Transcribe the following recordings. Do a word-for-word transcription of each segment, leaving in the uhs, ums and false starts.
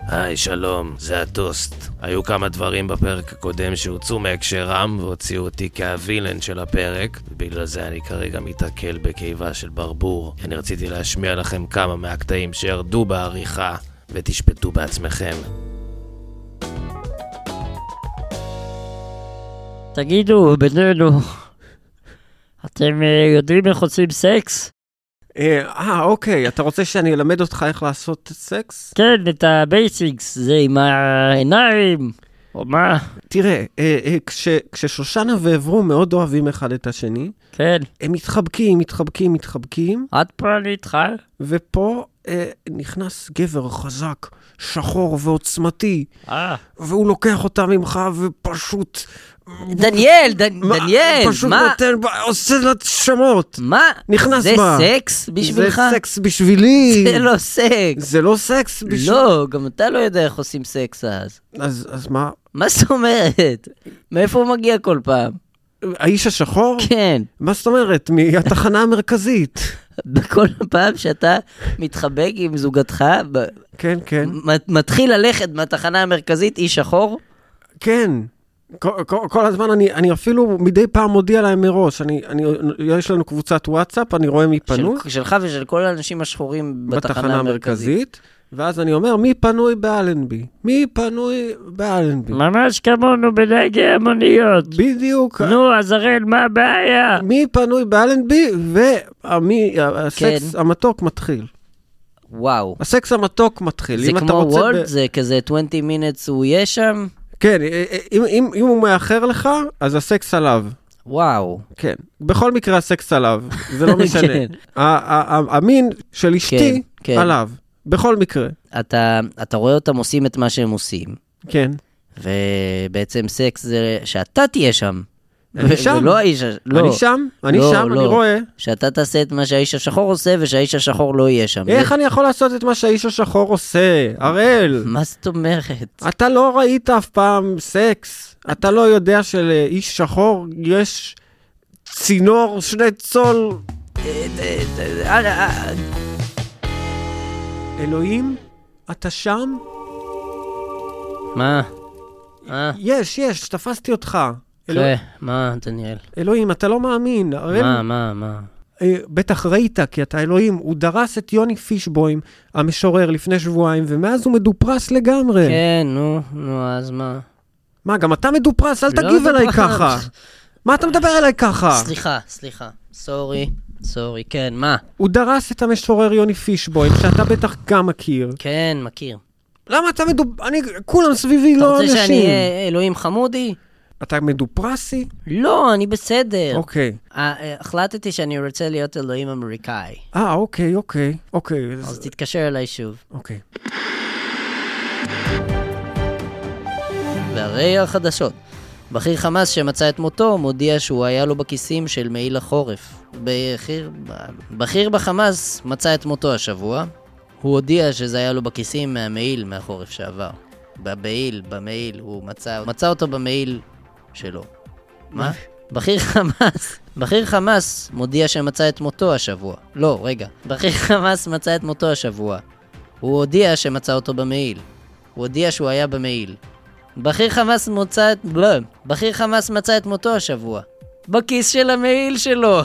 היי, שלום, זה הטוסט. היו כמה דברים בפרק הקודם שהוצאו מהקשרם והוציאו אותי כהווילן של הפרק, ובגלל זה אני כרגע מתעכל בקיבה של ברבור. אני רציתי להשמיע לכם כמה מהקטעים שירדו בעריכה, ותשפטו בעצמכם. תגידו, בינינו, אתם יודעים איך עושים סקס? אה, אוקיי, אתה רוצה שאני אלמד אותך איך לעשות סקס? כן, את הבייסיקס, זה עם העיניים, או מה? תראה, אה, אה, כש, כששושנה ועברו מאוד אוהבים אחד את השני, כן. הם מתחבקים, מתחבקים, מתחבקים. עד פה אני איתך. ופה אה, נכנס גבר חזק, שחור ועוצמתי, אה. והוא לוקח אותה ממך ופשוט... דניאל, דניאל, מה? פשוט נותן, עושה לה שמות. מה? נכנס זה בה. סקס בשבילך? זה סקס בשבילי. זה לא סקס. זה לא סקס בשביל... לא, גם אתה לא יודע איך עושים סקס אז. אז, אז מה? מה זאת אומרת? מאיפה הוא מגיע כל פעם? האיש השחור? כן. מה זאת אומרת? מהתחנה המרכזית. בכל פעם שאתה מתחבק עם זוגתך, כן, כן. מתחיל ללכת מהתחנה המרכזית איש שחור? כן. כל, כל, כל הזמן אני, אני אפילו מדי פעם מודיע להם מראש. אני, אני, יש לנו קבוצת וואטסאפ, אני רואה מי פנוי. של, שלך ושל כל האנשים השחורים בתחנה, בתחנה המרכזית. המרכזית. ואז אני אומר, מי פנוי באלנבי? מי פנוי באלנבי? ממש כמונו בנהגי המוניות. בדיוק. נו, אז הראל, מה הבעיה? מי פנוי באלנבי, והסקס כן. המתוק מתחיל. וואו. הסקס המתוק מתחיל. זה כמו וולד? ב... זה כזה עשרים minutes הוא יהיה שם? כן, אם, אם, אם הוא מאחר לך, אז הסקס עליו. וואו. כן. בכל מקרה הסקס עליו. זה לא משנה. כן. המין של אשתי כן, כן. עליו. בכל מקרה. אתה, אתה רואה אותם עושים את מה שהם עושים. כן. ובעצם סקס זה שאתה תהיה שם. אני שם. ולא האיש... לא. אני שם, אני לא, שם, לא. אני רואה. שאתה תעשה את מה שהאיש השחור עושה, ושהאיש השחור לא יהיה שם. איך זה... אני יכול לעשות את מה שהאיש השחור עושה? הראל. מה זאת אומרת? אתה לא ראית אף פעם סקס. אתה לא יודע שלאיש שחור יש צינור שני צול. אלוהים, אתה שם? מה? מה? יש, יש, תפסתי אותך. כן, מה, דניאל? אלוהים, אתה לא מאמין. מה, מה, מה? בטח ראית, כי אתה אלוהים, הוא דרס את יוני פישבוים, המשורר, לפני שבועיים, ומאז הוא מדופרס לגמרי. כן, נו, נו, אז מה? מה, גם אתה מדופרס? אל תגיב אליי ככה. מה אתה מדבר אליי ככה? סליחה, סליחה. סורי, סורי, כן, מה? הוא דרס את המשורר יוני פישבוים, שאתה בטח גם מכיר. כן, מכיר. למה אתה מדופרס? אני, כולם סביבי לא אנשים. אתה רוצה שאני אלוהים חמודי? אתה מדופרסי? לא, אני בסדר. אוקיי. החלטתי שאני רוצה להיות אלוהים אמריקאי. אה, אוקיי, אוקיי, אוקיי. אז תתקשר אליי שוב. אוקיי. והרי החדשות. בכיר חמאס שמצא את מותו מודיע שהוא היה לו בכיסים של מעיל החורף. בכיר, בכיר בחמאס מצא את מותו השבוע. הוא הודיע שזה היה לו בכיסים מהמעיל מהחורף שעבר. בבעיל, במעיל, הוא מצא, מצא אותו במעיל שלו. מה? בכיר חמאס, בכיר חמאס מודיע שמצא את מותו השבוע. לא, רגע. בכיר חמאס מצא את מותו השבוע. הוא הודיע שמצא אותו במעיל. הוא הודיע שהוא היה במעיל. בכיר חמאס מצא את... לא. בכיר חמאס מצא את מותו השבוע. בכיס של המעיל שלו.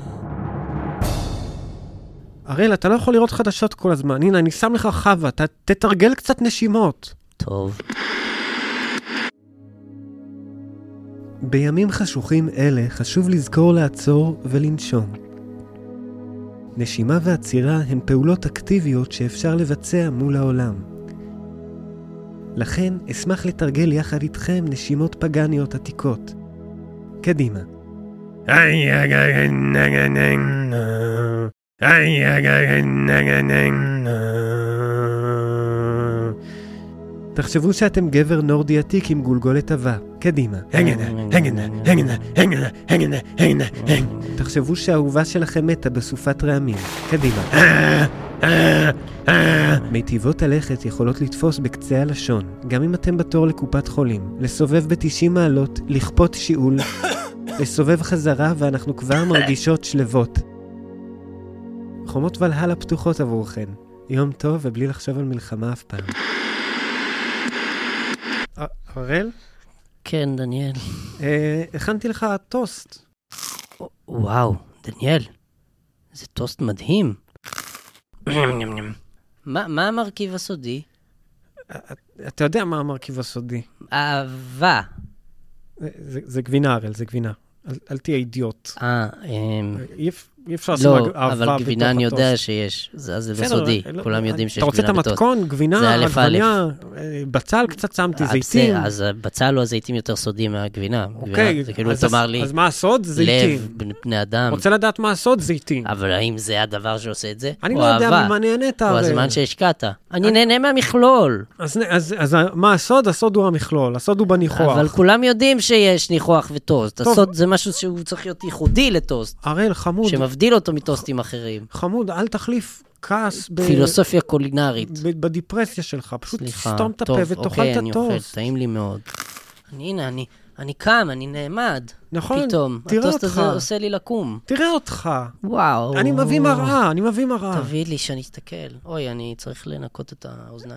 הראל, אתה לא יכול לראות חדשות כל הזמן. הנה, אני שם לך חווה. אתה תתרגל קצת נשימות. טוב. בימים חשוכים אלה חשוב לזכור לעצור ולנשום. נשימה ועצירה הן פעולות אקטיביות שאפשר לבצע מול העולם. לכן אשמח לתרגל יחד איתכם נשימות פגניות עתיקות. קדימה. תחשבו שאתם גבר נורדי עתיק עם גולגולת עבה. קדימה. תחשבו שהאהובה שלכם מתה בסופת רעמים. קדימה. מיטיבות הלכת יכולות לתפוס בקצה הלשון, גם אם אתם בתור לקופת חולים, לסובב ב-תשעים מעלות, לכפות שיעול, לסובב חזרה ואנחנו כבר מרגישות שלבות. חומות ולהלה פתוחות עבורכן. יום טוב ובלי לחשוב על מלחמה אף פעם. הראל? כן, דניאל. אה, הכנתי לך טוסט. וואו, דניאל, זה טוסט מדהים. מה, מה המרכיב הסודי? אתה יודע מה המרכיב הסודי. אהבה. זה, זה גבינה, הראל, זה גבינה. אל, אל תהיה אידיוט. אה, אי, אי אפשר לעשות לא, אהבה אבל גבינה אני הטוסט. יודע שיש. זה, זה בסודי. כולם יודעים שיש אתה רוצה גבינה את בטוסט. המתכון, גבינה, עגבניה, בצל, קצת שמתי זיתים. אז בצל או הזיתים יותר סודי מהגבינה. אוקיי, זה כאילו אז, תאמר לי, אז מה הסוד? זיתים. לב, בני אדם. רוצה לדעת מה הסוד? זיתים. אבל האם זה הדבר שעושה את זה? אני לא יודע ממה נהנית. או הזמן שהשקעת. אני נהנה מהמכלול. אז, אז, אז מה הסוד? הסוד הוא המכלול, הסוד הוא בניחוח. אבל כולם יודעים שיש ניחוח וטוסט. הסוד זה משהו שהוא צריך להיות ייחודי לטוסט. הראל, חמוד. שמבדיל אותו מטוסטים אחרים. חמוד, אל תחליף כעס ב... פילוסופיה קולינרית. ב- בדיפרסיה שלך. פשוט סליחה. תסתום את הפה טוב, ותאכל אוקיי, את אני אוכל, הטוסט. טעים לי מאוד. אני, הנה, אני, אני קם, אני נעמד. נכון, פתאום. תראה הטוסט אותך. הזה עושה לי לקום. תראה אותך. וואו. אני מביא מראה, אני מביא מראה. תביא לי שאני אסתכל. אוי, אני צריך לנקות את האוזניים.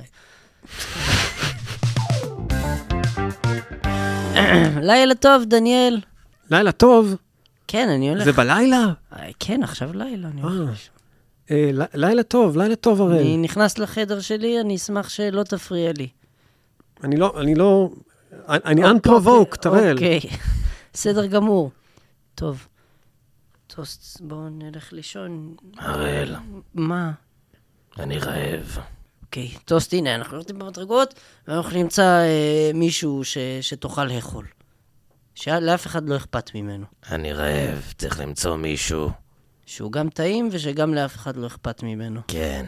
לילה טוב, דניאל. לילה טוב. כן, אני הולך. זה בלילה? כן, עכשיו לילה, אני הולך. אה, ל- לילה טוב, לילה טוב, הראל. אני נכנס לחדר שלי, אני אשמח שלא תפריע לי. אני לא, אני לא... אני unprovoked, הראל. אוקיי, בסדר גמור. טוב. טוסט, בואו נלך לישון. הראל, מה? אני רעב. אוקיי, טוסט, הנה, אנחנו יורדים במדרגות, ואנחנו נמצא אה, מישהו ש, שתוכל לאכול. שלאף אחד לא אכפת ממנו. אני רעב, צריך למצוא מישהו. שהוא גם טעים ושגם לאף אחד לא אכפת ממנו. כן.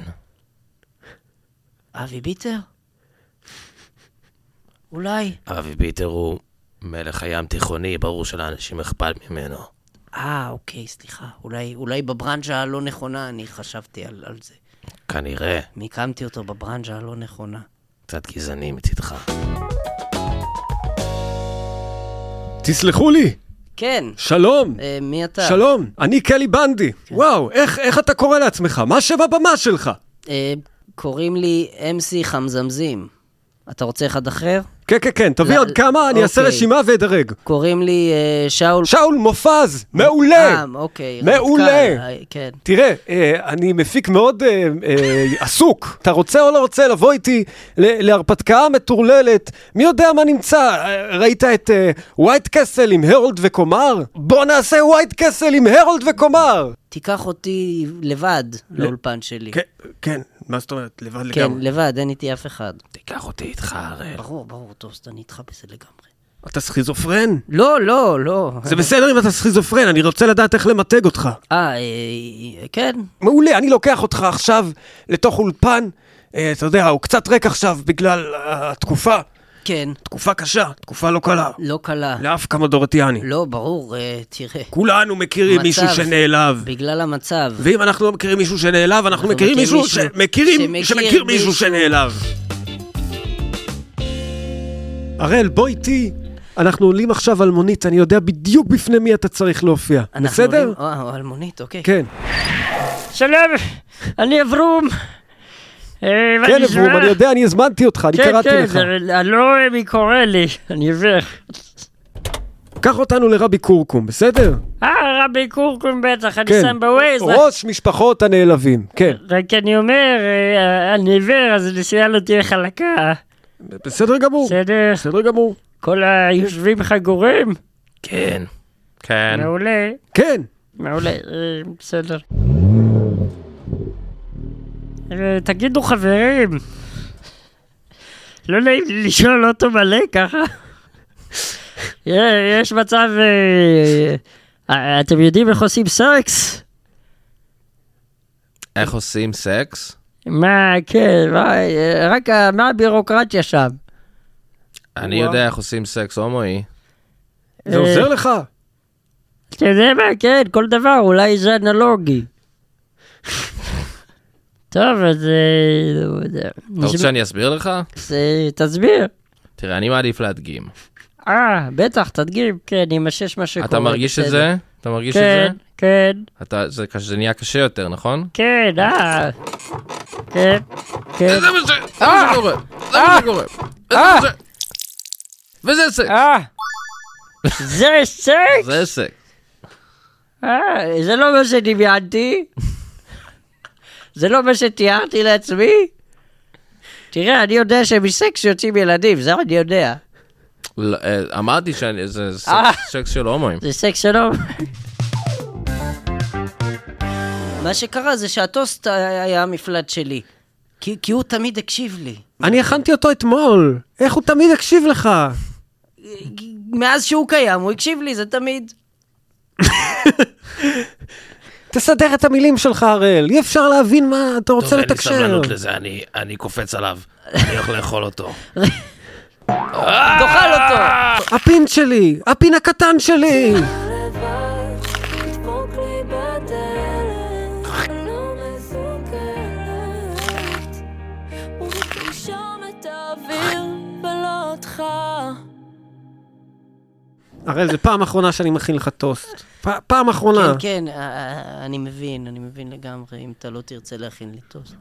אבי ביטר? אולי. אבי ביטר הוא מלך הים תיכוני, ברור שלאנשים אכפת ממנו. אה, אוקיי, סליחה. אולי, אולי בברנז'ה הלא נכונה אני חשבתי על, על זה. כנראה. מיקמתי אותו בברנז'ה הלא נכונה. קצת גזעני מצדך. תסלחו לי. כן. שלום. אה, מי אתה? שלום. אני קלי בנדי. וואו, איך, איך אתה קורא לעצמך? מה שם הבמה שלך? אה, קוראים לי אם סי חמזמזים. אתה רוצה אחד אחר? כן, כן, כן. תביא לא, עוד כמה, אני אעשה אוקיי. רשימה ואדרג. קוראים לי אה, שאול... שאול מופז, מעולה. אה, אוקיי. מעולה. רמטכ"ל, אה, כן. תראה, אה, אני מפיק מאוד אה, אה, עסוק. אתה רוצה או לא רוצה לבוא איתי ל- להרפתקה מטורללת? מי יודע מה נמצא? אה, ראית את אה, ווייט קסל עם הרולד וקומר? בוא נעשה ווייט קסל עם הרולד וקומר. תיקח אותי לבד לאולפן שלי. כן, כן. מה זאת אומרת? לבד כן, לגמרי. לבד, אין איתי אף אחד. תיקח אותי איתך, הראל. ברור, ברור, טוסט, אני איתך בזה לגמרי. אתה סכיזופרן? לא, לא, לא. זה בסדר אם אתה סכיזופרן, אני רוצה לדעת איך למתג אותך. אה, אה, כן. מעולה, אני לוקח אותך עכשיו לתוך אולפן. אה, אתה יודע, הוא קצת ריק עכשיו בגלל התקופה. כן. תקופה קשה, תקופה לא קלה. לא קלה. לאף קמודורטיאני. לא, ברור, אה, תראה. כולנו מכירים מצב, מישהו שנעלב. בגלל המצב. ואם אנחנו לא מכירים מישהו שנעלב, אנחנו אנחנו מכירים מכירים מישהו מישהו שמכירים שמכיר שמכיר מישהו מישהו. שנעלב. הראל, בוא איתי. אנחנו עולים עכשיו על מונית, אני יודע בדיוק בפני מי אתה צריך להופיע. אנחנו בסדר? עולים- אה, אלמונית, אוקיי. כן. שלום, אני אברום. אה, כן, ואני אברום, שומע- אני יודע, אני הזמנתי אותך, אני כן, קראתי כן, לך. זה- אני לא רואה מי קורא לי, אני עיוור. קח אותנו לרבי קורקום, בסדר? אה, רבי קורקום בטח, אני כן. שם בווייז. ראש משפחות הנעלבים, כן. רק אני אומר, אה, אני עיוור, אז הנסיעה לא תהיה חלקה. בסדר גמור. בסדר, בסדר גמור. כל היושבים חגורים. כן. כן. מעולה, כן. מעולה, אה, בסדר. אה, תגידו חברים, לא נעים לי לשאול אותו מלא ככה. אה, יש מצב, אה, אה, אתם יודעים איך עושים סקס? איך עושים סקס? מה, כן, מה, אה, רק ה- מה הבירוקרטיה שם? אני וואו. יודע איך עושים סקס הומואי. זה עוזר לך? אתה יודע מה, כן, כל דבר, אולי זה אנלוגי. טוב, אז... אה, לא יודע. אתה רוצה שאני אסביר לך? אז, אה, תסביר. תראה, אני מעדיף להדגים. אה, בטח, תדגים, כן, עם השש מה שקורה. אתה מרגיש את בסדר. זה? אתה מרגיש את זה? כן, כן, אתה, זה, זה נהיה קשה יותר, נכון? כן, אה. כן, כן. זה מה ש... זה מה שקורה. זה מה שקורה. זה מה ש... וזה סקס. אה, זה סקס? זה סקס. אה, זה לא מה שדמיינתי. זה לא מה שתיארתי לעצמי. תראה, אני יודע שמסקס יוצאים ילדים, זה אני יודע. אמרתי שזה סקס של הומואים. זה סקס של הומואים. מה שקרה זה שהטוסט היה המפלט שלי. כי, כי הוא תמיד הקשיב לי. אני הכנתי אותו אתמול. איך הוא תמיד הקשיב לך? מאז שהוא קיים, הוא הקשיב לי, זה תמיד. תסדר את המילים שלך, הראל. אי אפשר להבין מה אתה רוצה לתקשר. טוב, אין לי סבלנות לזה, אני, אני קופץ עליו. אני הולך לאכול אותו. תאכל אותו! הפין שלי! הפין הקטן שלי! הרי זה פעם אחרונה שאני מכין לך טוסט. פעם אחרונה. כן, כן, אני מבין, אני מבין לגמרי, אם אתה לא תרצה להכין לי טוסט.